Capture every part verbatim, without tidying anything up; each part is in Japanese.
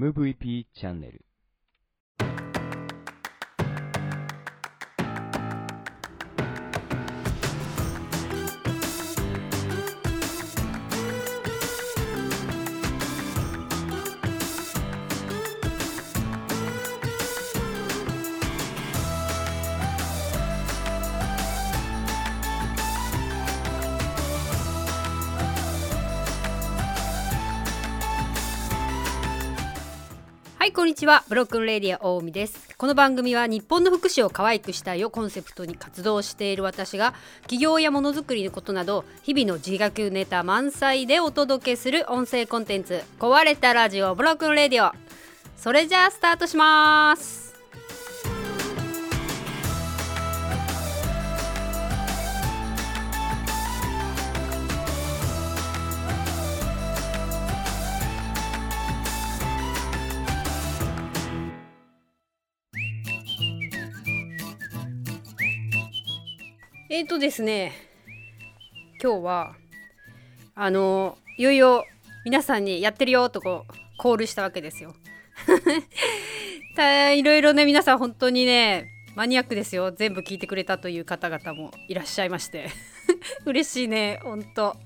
エムブイピー チャンネル。 はい、こんにちは。ブロックンレディア大海です。この番組は日本の福祉を可愛くしたいをコンセプトに活動している私が企業やものづくりのことなど日々の自学ネタ満載でお届けする音声コンテンツ、壊れたラジオブロックンレディオ。それじゃあスタートします。えーとですね今日はあのいよいよ皆さんにやってるよとこうコールしたわけですよいろいろね、皆さん本当にねマニアックですよ。全部聞いてくれたという方々もいらっしゃいまして嬉しいね、本当。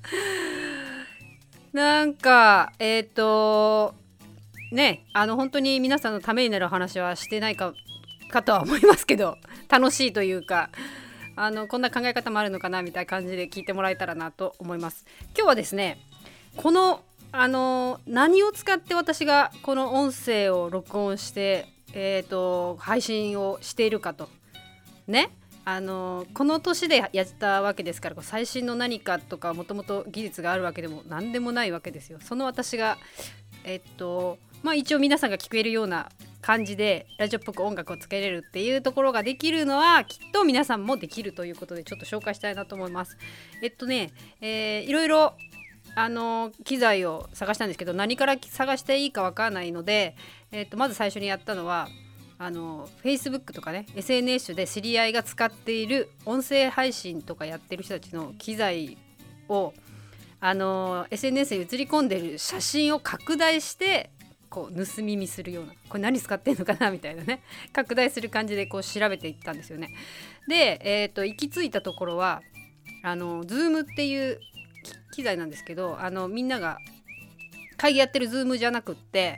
なんかえーとねあの本当に皆さんのためになる話はしてないかかとは思いますけど、楽しいというかあのこんな考え方もあるのかなみたいな感じで聞いてもらえたらなと思います。今日はですね、このあの何を使って私がこの音声を録音して、えーと、配信をしているかとね、あのこの年でやったわけですから、最新の何かとかもともと技術があるわけでも何でもないわけですよ。その私がえっとまあ一応皆さんが聞けるような感じでラジオっぽく音楽をつけれるっていうところができるのはきっと皆さんもできるということで、ちょっと紹介したいなと思います。えっとね、えー、いろいろあの機材を探したんですけど、何から探していいかわからないので、えっとまず最初にやったのはあの Facebook とかね エスエヌエス で知り合いが使っている音声配信とかやってる人たちの機材をあの エスエヌエス に映り込んでる写真を拡大してこう盗み見するような、これ何使ってんのかなみたいなね、拡大する感じでこう調べていったんですよね。で、えーと、行き着いたところはあの Zoom っていう機材なんですけど、あのみんなが会議やってる Zoom じゃなくって、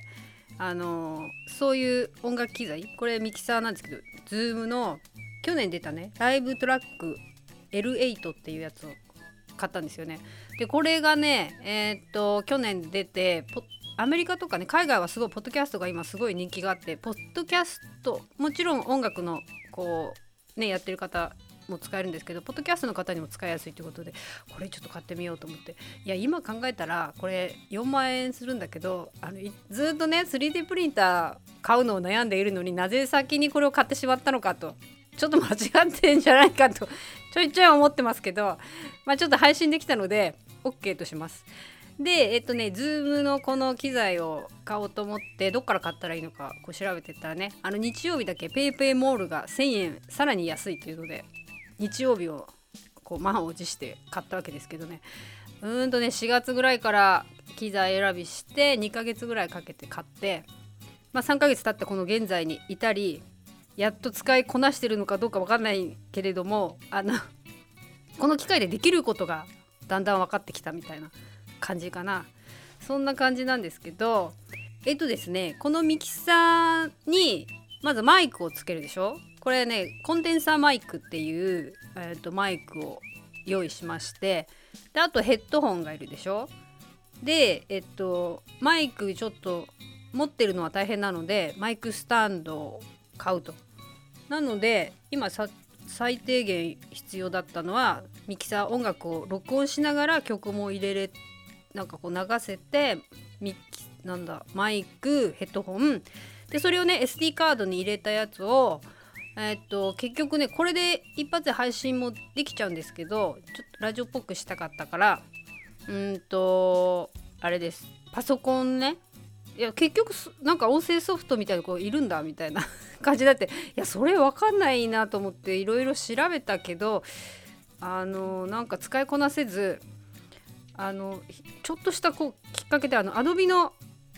あのそういう音楽機材、これミキサーなんですけど Zoom の去年出たねライブトラック エルエイト っていうやつを買ったんですよね。でこれがねえー、と去年出てポアメリカとかね海外はすごいポッドキャストが今すごい人気があって、ポッドキャストもちろん音楽のこうねやってる方も使えるんですけど、ポッドキャストの方にも使いやすいということで、これちょっと買ってみようと思って、いや今考えたらこれよんまんえんするんだけど、あのずっとね スリーディー プリンター買うのを悩んでいるのになぜ先にこれを買ってしまったのかと、ちょっと間違ってんじゃないかとちょいちょい思ってますけど、まあちょっと配信できたので OK とします。でえっとね Zoom のこの機材を買おうと思ってどっから買ったらいいのかこう調べてったらね、あの日曜日だけ PayPay モールがせんえんさらに安いというので日曜日をこう満を持して買ったわけですけどね、うーんとねしがつぐらいから機材選びしてにかげつぐらいかけて買って、まあ、さんかげつ経ってこの現在に至り、やっと使いこなしてるのかどうか分かんないけれども、あのこの機械でできることがだんだん分かってきたみたいな感じかな。そんな感じなんですけど、えっとですねこのミキサーにまずマイクをつけるでしょ。これねコンデンサーマイクっていう、えー、とマイクを用意しまして、であとヘッドホンがいるでしょ。でえっとマイクちょっと持ってるのは大変なのでマイクスタンドを買うと。なので今さ最低限必要だったのはミキサー、音楽を録音しながら曲も入れれなんかこう流せて、ミキなんだマイク、ヘッドホンで、それをね エスディー カードに入れたやつをえー、っと結局ねこれで一発で配信もできちゃうんですけど、ちょっとラジオっぽくしたかったからうーんとあれです、パソコンね、いや結局なんか音声ソフトみたいなこういるんだみたいな感じだって、いやそれ分かんないなと思っていろいろ調べたけど、あのなんか使いこなせず、あのちょっとしたこうきっかけであの Adobe の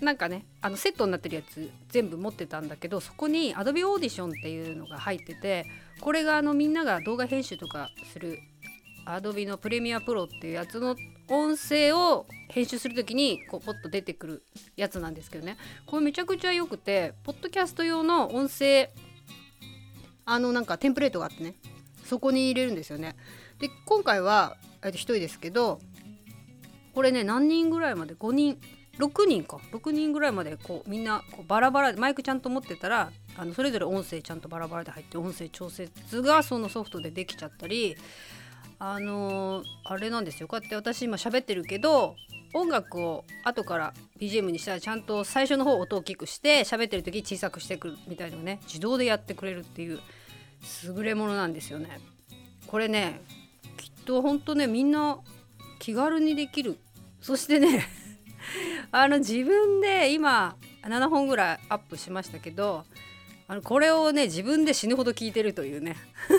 なんかねあのセットになってるやつ全部持ってたんだけど、そこに Adobe Audition っていうのが入ってて、これがあのみんなが動画編集とかする Adobe のプレミアプロっていうやつの音声を編集するときにこうポッと出てくるやつなんですけどね、これめちゃくちゃ良くて、ポッドキャスト用の音声あのなんかテンプレートがあってね、そこに入れるんですよね。で今回はひとりですけど、これね何人ぐらいまで、ごにんろくにんかろくにんぐらいまでこうみんなこうバラバラでマイクちゃんと持ってたら、あのそれぞれ音声ちゃんとバラバラで入って音声調節がそのソフトでできちゃったり、あのー、あれなんですよ、こうやって私今喋ってるけど音楽を後から ビージーエム にしたらちゃんと最初の方音を大きくして喋ってる時小さくしてくるみたいなのをね自動でやってくれるっていう優れものなんですよね。これねきっとほんとねみんな気軽にできる。そしてねあの自分で今ななほんぐらいアップしましたけど、あのこれをね自分で死ぬほど聞いてるというね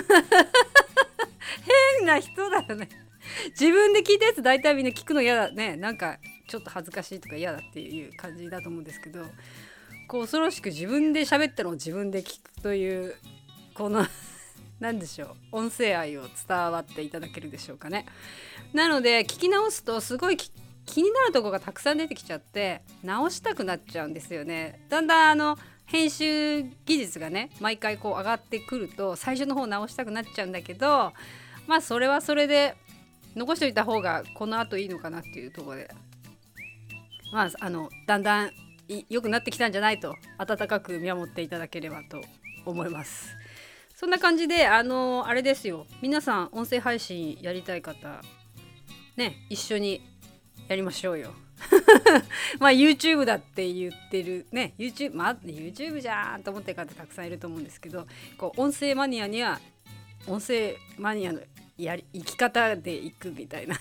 変な人だよね。自分で聞いたやつ大体みんな聞くの嫌だね、なんかちょっと恥ずかしいとか嫌だっていう感じだと思うんですけど、こう恐ろしく自分で喋ったのを自分で聞くというこのなんでしょう、音声愛を伝わっていただけるでしょうかね。なので聞き直すとすごい気になるところがたくさん出てきちゃって直したくなっちゃうんですよね。だんだんあの編集技術がね毎回こう上がってくると最初の方直したくなっちゃうんだけど、まあそれはそれで残しておいた方がこの後いいのかなっていうところで、まああのだんだん良くなってきたんじゃないと温かく見守っていただければと思います。そんな感じであのあれですよ、皆さん音声配信やりたい方ね一緒にやりましょうよまあ YouTube だって言ってるね YouTube、まあ、YouTube じゃんと思ってる方たくさんいると思うんですけど、こう音声マニアには音声マニアのやり生き方でいくみたいな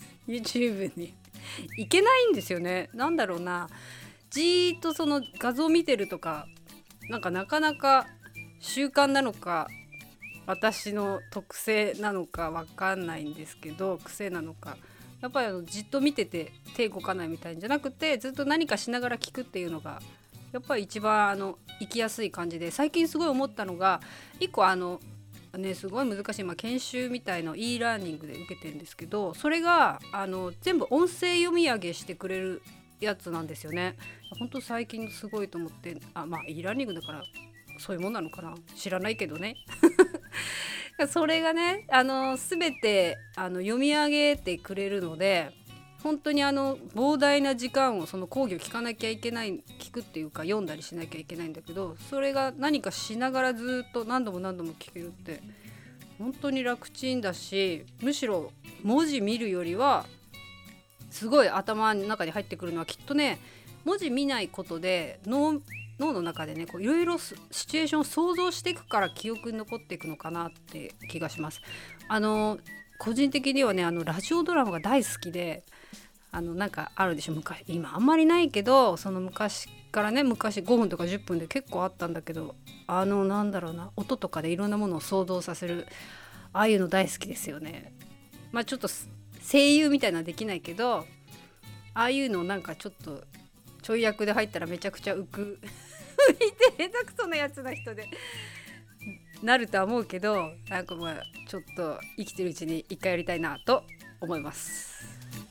YouTube にいけないんですよね。なんだろうな、じーっとその画像見てるとかなんかなかなか習慣なのか私の特性なのかわかんないんですけど、癖なのかやっぱりあのじっと見てて手動かないみたいんじゃなくてずっと何かしながら聞くっていうのがやっぱり一番あの生きやすい感じで、最近すごい思ったのが一個あのねすごい難しい、まあ、研修みたいの e ラーニングで受けてるんですけど、それがあの全部音声読み上げしてくれるやつなんですよね。本当最近すごいと思って、あまあ e ラーニングだからそういうもんなのかな、知らないけどねそれがねあの全てあの読み上げてくれるので、本当にあの膨大な時間をその講義を聞かなきゃいけない、聞くっていうか読んだりしなきゃいけないんだけど、それが何かしながらずっと何度も何度も聞けるって本当に楽ちんだし、むしろ文字見るよりはすごい頭の中に入ってくるのはきっとね、文字見ないことで脳脳の中でねいろいろシチュエーションを想像していくから記憶に残っていくのかなって気がします。あの個人的にはねあのラジオドラマが大好きで、あのなんかあるでしょ昔、今あんまりないけどその昔からね、昔ごふんとかじゅっぷんで結構あったんだけど、あのなんだろうな、音とかでいろんなものを想像させるああいうの大好きですよね。まあちょっと声優みたいなのはできないけど、ああいうのなんかちょっとちょい役で入ったらめちゃくちゃ浮く見て下手くそなやつな人でなるとは思うけど、なんかまあちょっと生きてるうちに一回やりたいなと思います。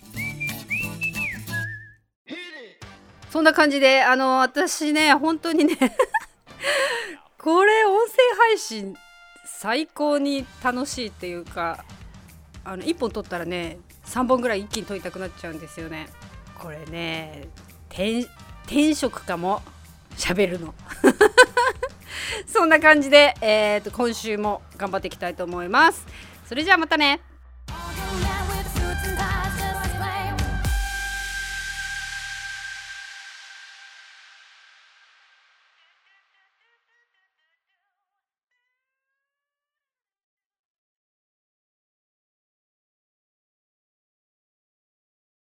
そんな感じであの私ね本当にねこれ音声配信最高に楽しいっていうか、あのいっぽん撮ったらねさんぼんぐらい一気に撮りたくなっちゃうんですよね。これね転転職かも喋るのそんな感じで、えーと、今週も頑張っていきたいと思います。それじゃあまたね。